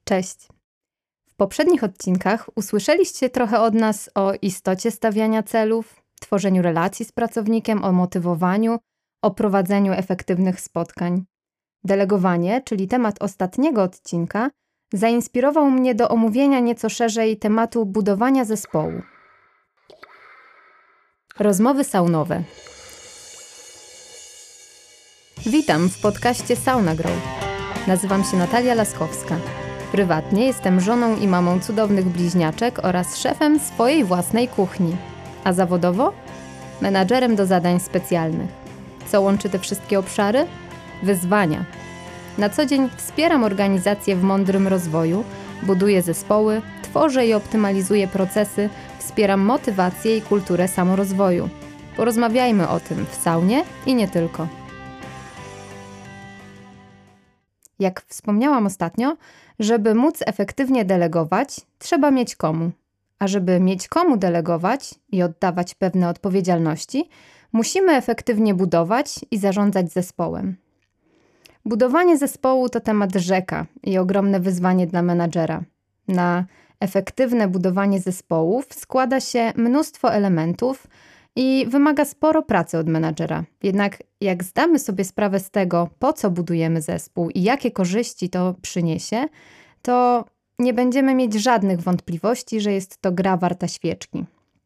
Cześć! W poprzednich odcinkach usłyszeliście trochę od nas o istocie stawiania celów, tworzeniu relacji z pracownikiem, o motywowaniu, o prowadzeniu efektywnych spotkań. Delegowanie, czyli temat ostatniego odcinka, zainspirował mnie do omówienia nieco szerzej tematu budowania zespołu. Rozmowy saunowe. Witam w podcaście Sauna Grow. Nazywam się Natalia Laskowska. Prywatnie jestem żoną i mamą cudownych bliźniaczek oraz szefem swojej własnej kuchni. A zawodowo? Menadżerem do zadań specjalnych. Co łączy te wszystkie obszary? Wyzwania. Na co dzień wspieram organizacje w mądrym rozwoju, buduję zespoły, tworzę i optymalizuję procesy, wspieram motywację i kulturę samorozwoju. Porozmawiajmy o tym w saunie i nie tylko. Jak wspomniałam ostatnio, żeby móc efektywnie delegować, trzeba mieć komu. A żeby mieć komu delegować i oddawać pewne odpowiedzialności, musimy efektywnie budować i zarządzać zespołem. Budowanie zespołu to temat rzeka i ogromne wyzwanie dla menadżera. Na efektywne budowanie zespołów składa się mnóstwo elementów i wymaga sporo pracy od menadżera. Jednak jak zdamy sobie sprawę z tego, po co budujemy zespół i jakie korzyści to przyniesie, to nie będziemy mieć żadnych wątpliwości, że jest to gra warta świeczki.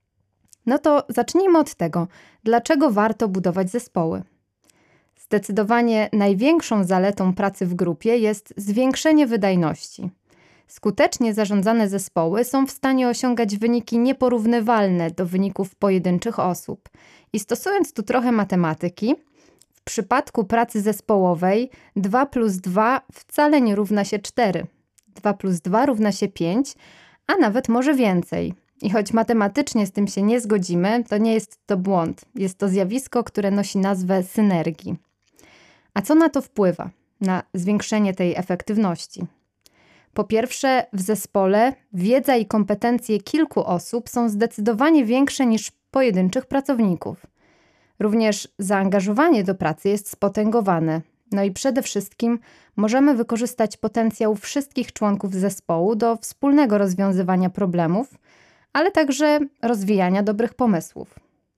No to zacznijmy od tego, dlaczego warto budować zespoły. Zdecydowanie największą zaletą pracy w grupie jest zwiększenie wydajności. Skutecznie zarządzane zespoły są w stanie osiągać wyniki nieporównywalne do wyników pojedynczych osób. I stosując tu trochę matematyki, w przypadku pracy zespołowej 2 plus 2 wcale nie równa się 4. 2 plus 2 równa się 5, a nawet może więcej. I choć matematycznie z tym się nie zgodzimy, to nie jest to błąd. Jest to zjawisko, które nosi nazwę synergii. A co na to wpływa? Na zwiększenie tej efektywności? Po pierwsze, w zespole wiedza i kompetencje kilku osób są zdecydowanie większe niż pojedynczych pracowników. Również zaangażowanie do pracy jest spotęgowane. No i przede wszystkim możemy wykorzystać potencjał wszystkich członków zespołu do wspólnego rozwiązywania problemów, ale także rozwijania dobrych pomysłów.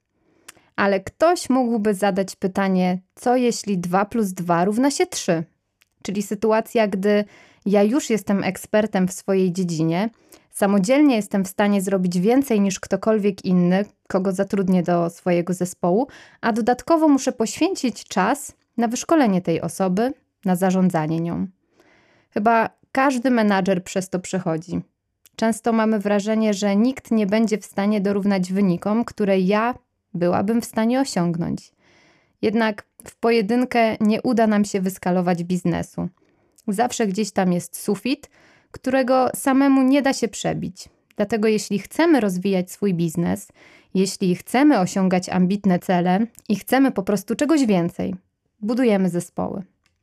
Ale ktoś mógłby zadać pytanie, co jeśli 2 plus 2 równa się 3? Czyli sytuacja, gdy ja już jestem ekspertem w swojej dziedzinie, samodzielnie jestem w stanie zrobić więcej niż ktokolwiek inny, kogo zatrudnię do swojego zespołu, a dodatkowo muszę poświęcić czas na wyszkolenie tej osoby, na zarządzanie nią. Chyba każdy menadżer przez to przechodzi. Często mamy wrażenie, że nikt nie będzie w stanie dorównać wynikom, które ja byłabym w stanie osiągnąć. Jednak w pojedynkę nie uda nam się wyskalować biznesu. Zawsze gdzieś tam jest sufit, którego samemu nie da się przebić. Dlatego jeśli chcemy rozwijać swój biznes, jeśli chcemy osiągać ambitne cele i chcemy po prostu czegoś więcej, budujemy zespoły.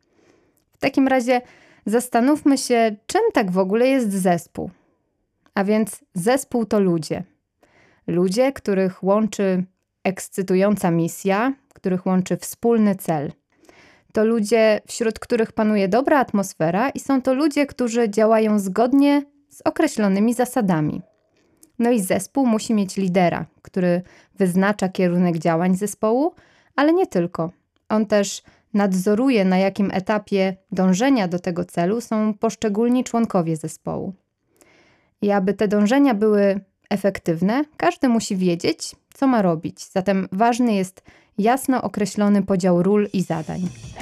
W takim razie zastanówmy się, czym tak w ogóle jest zespół. A więc zespół to ludzie. Ludzie, których łączy ekscytująca misja, których łączy wspólny cel. To ludzie, wśród których panuje dobra atmosfera i są to ludzie, którzy działają zgodnie z określonymi zasadami. No i zespół musi mieć lidera, który wyznacza kierunek działań zespołu, ale nie tylko. On też nadzoruje, na jakim etapie dążenia do tego celu są poszczególni członkowie zespołu. I aby te dążenia były efektywne, każdy musi wiedzieć, co ma robić. Zatem ważny jest jasno określony podział ról i zadań.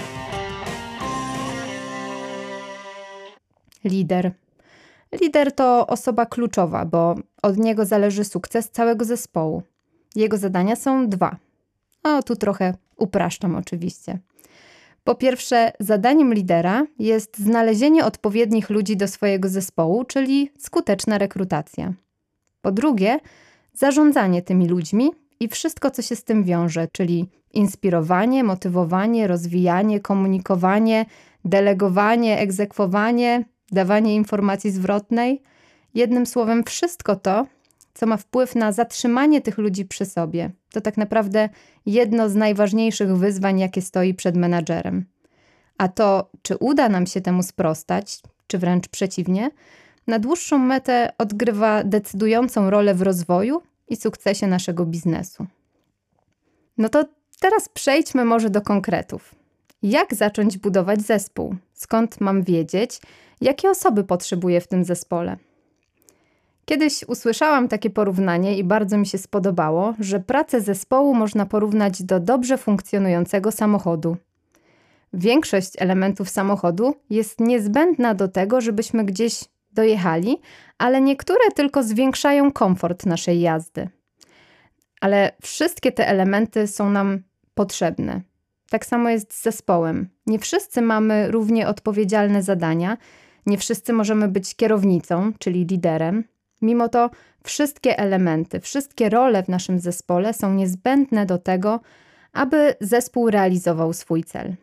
Lider. Lider to osoba kluczowa, bo od niego zależy sukces całego zespołu. Jego zadania są 2. Tu trochę upraszczam oczywiście. Po pierwsze, zadaniem lidera jest znalezienie odpowiednich ludzi do swojego zespołu, czyli skuteczna rekrutacja. Po drugie, zarządzanie tymi ludźmi i wszystko, co się z tym wiąże, czyli inspirowanie, motywowanie, rozwijanie, komunikowanie, delegowanie, egzekwowanie, dawanie informacji zwrotnej. Jednym słowem, wszystko to, co ma wpływ na zatrzymanie tych ludzi przy sobie. To tak naprawdę jedno z najważniejszych wyzwań, jakie stoi przed menadżerem. A to, czy uda nam się temu sprostać, czy wręcz przeciwnie, na dłuższą metę odgrywa decydującą rolę w rozwoju i sukcesie naszego biznesu. No to teraz przejdźmy może do konkretów. Jak zacząć budować zespół? Skąd mam wiedzieć, jakie osoby potrzebuję w tym zespole? Kiedyś usłyszałam takie porównanie i bardzo mi się spodobało, że pracę zespołu można porównać do dobrze funkcjonującego samochodu. Większość elementów samochodu jest niezbędna do tego, żebyśmy gdzieś dojechali, ale niektóre tylko zwiększają komfort naszej jazdy. Ale wszystkie te elementy są nam potrzebne. Tak samo jest z zespołem. Nie wszyscy mamy równie odpowiedzialne zadania, nie wszyscy możemy być kierownicą, czyli liderem. Mimo to wszystkie elementy, wszystkie role w naszym zespole są niezbędne do tego, aby zespół realizował swój cel.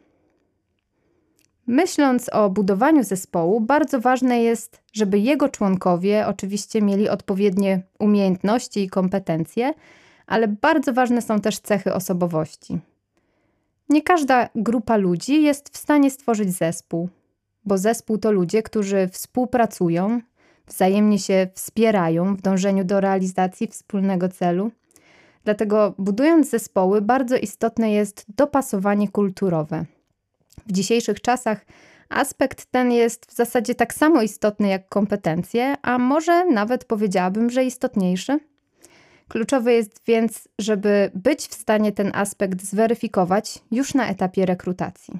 Myśląc o budowaniu zespołu, bardzo ważne jest, żeby jego członkowie oczywiście mieli odpowiednie umiejętności i kompetencje, ale bardzo ważne są też cechy osobowości. Nie każda grupa ludzi jest w stanie stworzyć zespół, bo zespół to ludzie, którzy współpracują, wzajemnie się wspierają w dążeniu do realizacji wspólnego celu. Dlatego budując zespoły, bardzo istotne jest dopasowanie kulturowe. W dzisiejszych czasach aspekt ten jest w zasadzie tak samo istotny jak kompetencje, a może nawet powiedziałabym, że istotniejszy. Kluczowe jest więc, żeby być w stanie ten aspekt zweryfikować już na etapie rekrutacji.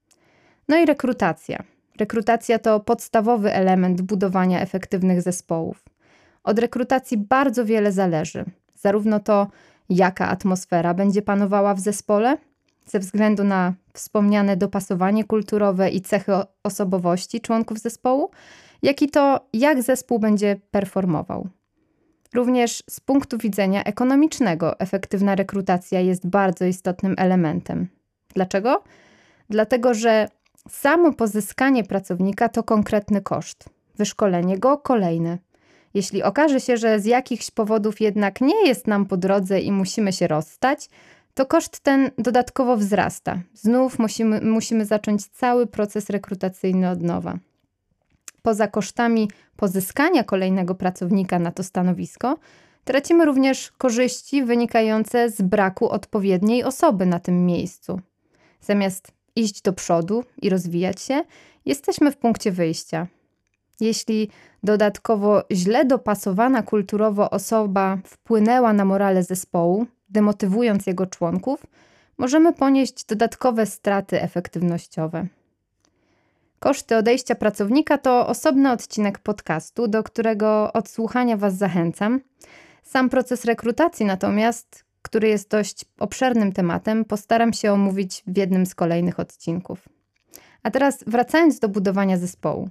No i rekrutacja. Rekrutacja to podstawowy element budowania efektywnych zespołów. Od rekrutacji bardzo wiele zależy. Zarówno to, jaka atmosfera będzie panowała w zespole, ze względu na wspomniane dopasowanie kulturowe i cechy osobowości członków zespołu, jak i to, jak zespół będzie performował. Również z punktu widzenia ekonomicznego efektywna rekrutacja jest bardzo istotnym elementem. Dlaczego? Dlatego, że samo pozyskanie pracownika to konkretny koszt. Wyszkolenie go kolejny. Jeśli okaże się, że z jakichś powodów jednak nie jest nam po drodze i musimy się rozstać, to koszt ten dodatkowo wzrasta. Znów musimy zacząć cały proces rekrutacyjny od nowa. Poza kosztami pozyskania kolejnego pracownika na to stanowisko, tracimy również korzyści wynikające z braku odpowiedniej osoby na tym miejscu. Zamiast iść do przodu i rozwijać się, jesteśmy w punkcie wyjścia. Jeśli dodatkowo źle dopasowana kulturowo osoba wpłynęła na morale zespołu, demotywując jego członków, możemy ponieść dodatkowe straty efektywnościowe. Koszty odejścia pracownika to osobny odcinek podcastu, do którego odsłuchania Was zachęcam. Sam proces rekrutacji natomiast, który jest dość obszernym tematem, postaram się omówić w jednym z kolejnych odcinków. A teraz wracając do budowania zespołu.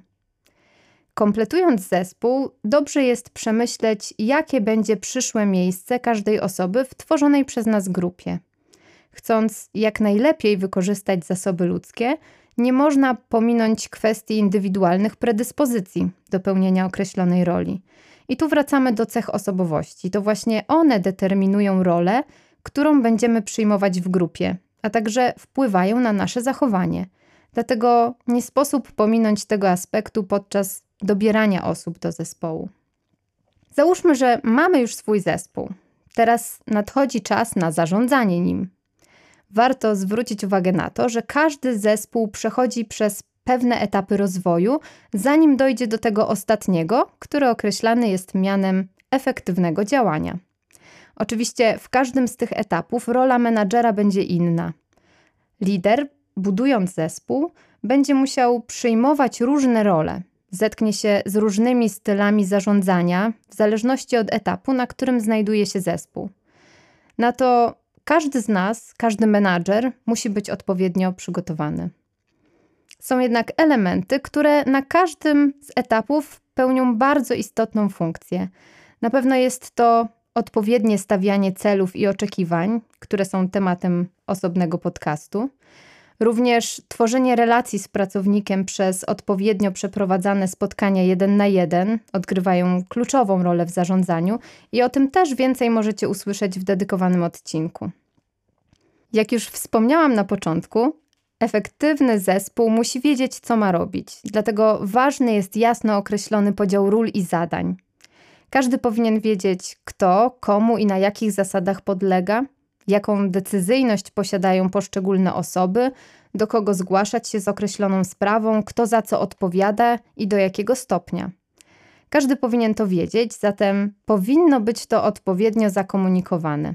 Kompletując zespół, dobrze jest przemyśleć, jakie będzie przyszłe miejsce każdej osoby w tworzonej przez nas grupie. Chcąc jak najlepiej wykorzystać zasoby ludzkie, nie można pominąć kwestii indywidualnych predyspozycji do pełnienia określonej roli. I tu wracamy do cech osobowości. To właśnie one determinują rolę, którą będziemy przyjmować w grupie, a także wpływają na nasze zachowanie. Dlatego nie sposób pominąć tego aspektu podczas dobierania osób do zespołu. Załóżmy, że mamy już swój zespół. Teraz nadchodzi czas na zarządzanie nim. Warto zwrócić uwagę na to, że każdy zespół przechodzi przez pewne etapy rozwoju, zanim dojdzie do tego ostatniego, który określany jest mianem efektywnego działania. Oczywiście w każdym z tych etapów rola menadżera będzie inna. Lider, budując zespół, będzie musiał przyjmować różne role. Zetknie się z różnymi stylami zarządzania w zależności od etapu, na którym znajduje się zespół. Na to każdy z nas, każdy menadżer musi być odpowiednio przygotowany. Są jednak elementy, które na każdym z etapów pełnią bardzo istotną funkcję. Na pewno jest to odpowiednie stawianie celów i oczekiwań, które są tematem osobnego podcastu. Również tworzenie relacji z pracownikiem przez odpowiednio przeprowadzane spotkania 1 na 1 odgrywają kluczową rolę w zarządzaniu i o tym też więcej możecie usłyszeć w dedykowanym odcinku. Jak już wspomniałam na początku, Efektywny zespół musi wiedzieć, co ma robić, dlatego ważny jest jasno określony podział ról i zadań. Każdy powinien wiedzieć, kto, komu i na jakich zasadach podlega, jaką decyzyjność posiadają poszczególne osoby, do kogo zgłaszać się z określoną sprawą, kto za co odpowiada i do jakiego stopnia. Każdy powinien to wiedzieć, zatem powinno być to odpowiednio zakomunikowane.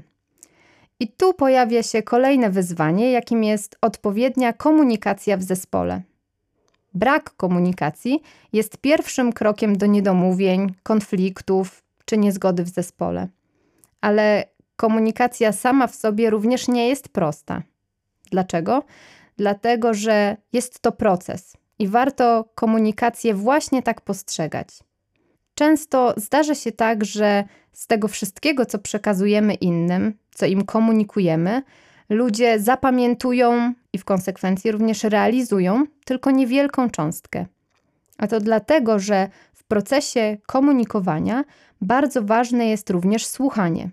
I tu pojawia się kolejne wyzwanie, jakim jest odpowiednia komunikacja w zespole. Brak komunikacji jest pierwszym krokiem do niedomówień, konfliktów czy niezgody w zespole. Ale komunikacja sama w sobie również nie jest prosta. Dlaczego? Dlatego, że jest to proces i warto komunikację właśnie tak postrzegać. Często zdarza się tak, że z tego wszystkiego, co przekazujemy innym, co im komunikujemy, ludzie zapamiętują i w konsekwencji również realizują tylko niewielką cząstkę. A to dlatego, że w procesie komunikowania bardzo ważne jest również słuchanie.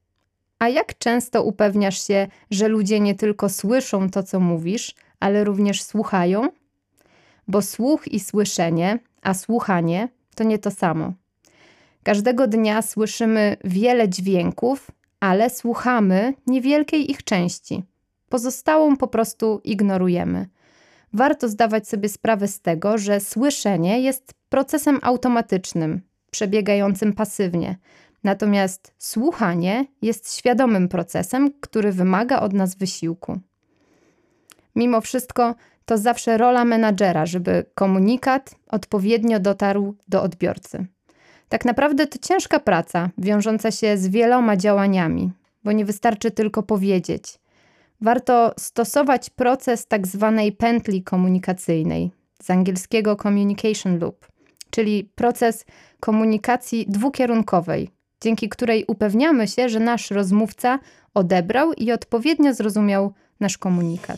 A jak często upewniasz się, że ludzie nie tylko słyszą to, co mówisz, ale również słuchają? Bo słuch i słyszenie, a słuchanie to nie to samo. Każdego dnia słyszymy wiele dźwięków, ale słuchamy niewielkiej ich części. Pozostałą po prostu ignorujemy. Warto zdawać sobie sprawę z tego, że słyszenie jest procesem automatycznym, przebiegającym pasywnie. Natomiast słuchanie jest świadomym procesem, który wymaga od nas wysiłku. Mimo wszystko to zawsze rola menadżera, żeby komunikat odpowiednio dotarł do odbiorcy. Tak naprawdę to ciężka praca, wiążąca się z wieloma działaniami, bo nie wystarczy tylko powiedzieć. Warto stosować proces tak zwanej pętli komunikacyjnej, z angielskiego communication loop, czyli proces komunikacji dwukierunkowej, dzięki której upewniamy się, że nasz rozmówca odebrał i odpowiednio zrozumiał nasz komunikat.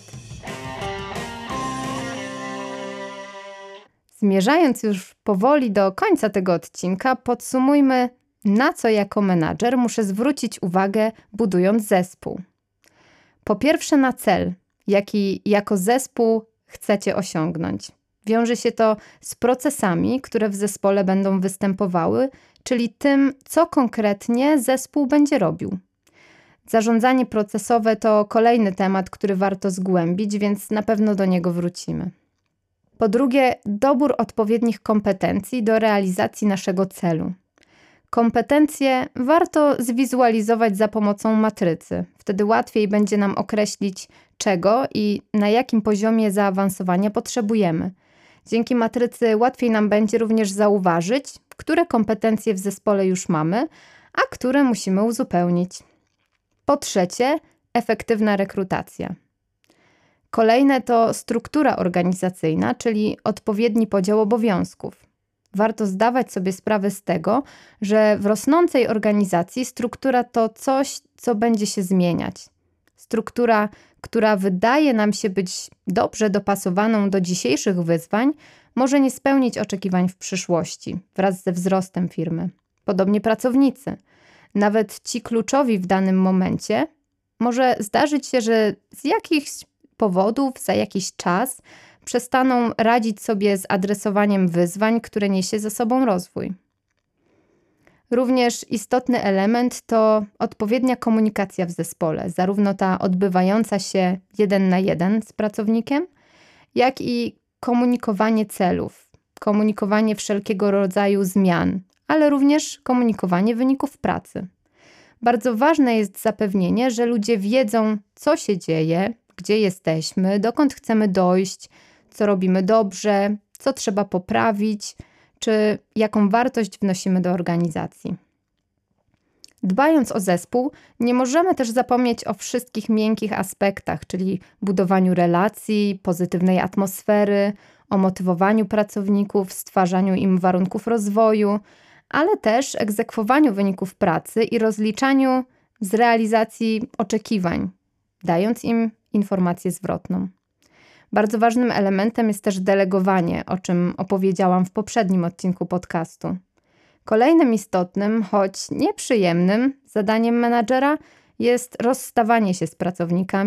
Zmierzając już powoli do końca tego odcinka, podsumujmy, na co jako menadżer muszę zwrócić uwagę, budując zespół. Po pierwsze na cel, jaki jako zespół chcecie osiągnąć. Wiąże się to z procesami, które w zespole będą występowały, czyli tym, co konkretnie zespół będzie robił. Zarządzanie procesowe to kolejny temat, który warto zgłębić, więc na pewno do niego wrócimy. Po drugie, dobór odpowiednich kompetencji do realizacji naszego celu. Kompetencje warto zwizualizować za pomocą matrycy. Wtedy łatwiej będzie nam określić, czego i na jakim poziomie zaawansowania potrzebujemy. Dzięki matrycy łatwiej nam będzie również zauważyć, które kompetencje w zespole już mamy, a które musimy uzupełnić. Po trzecie, efektywna rekrutacja. Kolejne to struktura organizacyjna, czyli odpowiedni podział obowiązków. Warto zdawać sobie sprawę z tego, że w rosnącej organizacji struktura to coś, co będzie się zmieniać. Struktura, która wydaje nam się być dobrze dopasowaną do dzisiejszych wyzwań, może nie spełnić oczekiwań w przyszłości wraz ze wzrostem firmy. Podobnie pracownicy. Nawet ci kluczowi w danym momencie może zdarzyć się, że z jakichś powodów za jakiś czas przestaną radzić sobie z adresowaniem wyzwań, które niesie ze sobą rozwój. Również istotny element to odpowiednia komunikacja w zespole, zarówno ta odbywająca się 1 na 1 z pracownikiem, jak i komunikowanie celów, komunikowanie wszelkiego rodzaju zmian, ale również komunikowanie wyników pracy. Bardzo ważne jest zapewnienie, że ludzie wiedzą, co się dzieje, gdzie jesteśmy, dokąd chcemy dojść, co robimy dobrze, co trzeba poprawić, czy jaką wartość wnosimy do organizacji. Dbając o zespół, nie możemy też zapomnieć o wszystkich miękkich aspektach, czyli budowaniu relacji, pozytywnej atmosfery, o motywowaniu pracowników, stwarzaniu im warunków rozwoju, ale też egzekwowaniu wyników pracy i rozliczaniu z realizacji oczekiwań, dając im informację zwrotną. Bardzo ważnym elementem jest też delegowanie, o czym opowiedziałam w poprzednim odcinku podcastu. Kolejnym istotnym, choć nieprzyjemnym zadaniem menadżera jest rozstawanie się z pracownikami,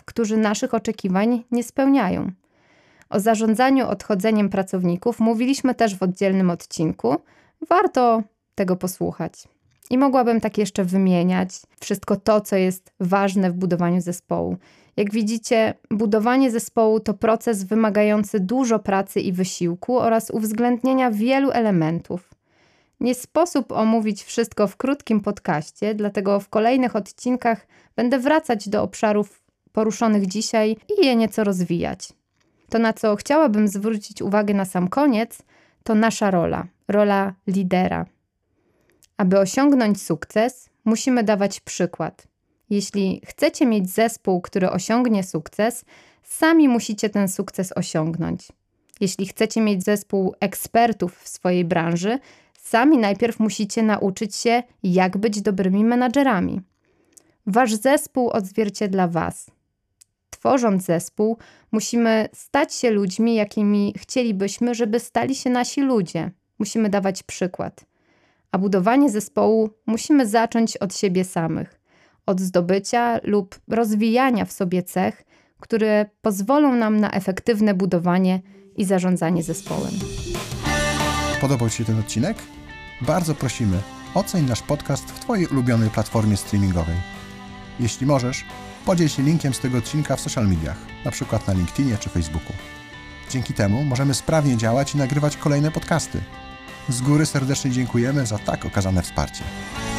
którzy naszych oczekiwań nie spełniają. O zarządzaniu odchodzeniem pracowników mówiliśmy też w oddzielnym odcinku. Warto tego posłuchać. I mogłabym tak jeszcze wymieniać wszystko to, co jest ważne w budowaniu zespołu. Jak widzicie, budowanie zespołu to proces wymagający dużo pracy i wysiłku oraz uwzględnienia wielu elementów. Nie sposób omówić wszystko w krótkim podcaście, dlatego w kolejnych odcinkach będę wracać do obszarów poruszonych dzisiaj i je nieco rozwijać. To, na co chciałabym zwrócić uwagę na sam koniec, to nasza rola lidera. Aby osiągnąć sukces, musimy dawać przykład. Jeśli chcecie mieć zespół, który osiągnie sukces, sami musicie ten sukces osiągnąć. Jeśli chcecie mieć zespół ekspertów w swojej branży, sami najpierw musicie nauczyć się, jak być dobrymi menadżerami. Wasz zespół odzwierciedla was. Tworząc zespół, musimy stać się ludźmi, jakimi chcielibyśmy, żeby stali się nasi ludzie. Musimy dawać przykład. A budowanie zespołu musimy zacząć od siebie samych. Od zdobycia lub rozwijania w sobie cech, które pozwolą nam na efektywne budowanie i zarządzanie zespołem. Podobał Ci się ten odcinek? Bardzo prosimy, oceń nasz podcast w Twojej ulubionej platformie streamingowej. Jeśli możesz, podziel się linkiem z tego odcinka w social mediach, np. na LinkedInie czy Facebooku. Dzięki temu możemy sprawnie działać i nagrywać kolejne podcasty. Z góry serdecznie dziękujemy za tak okazane wsparcie.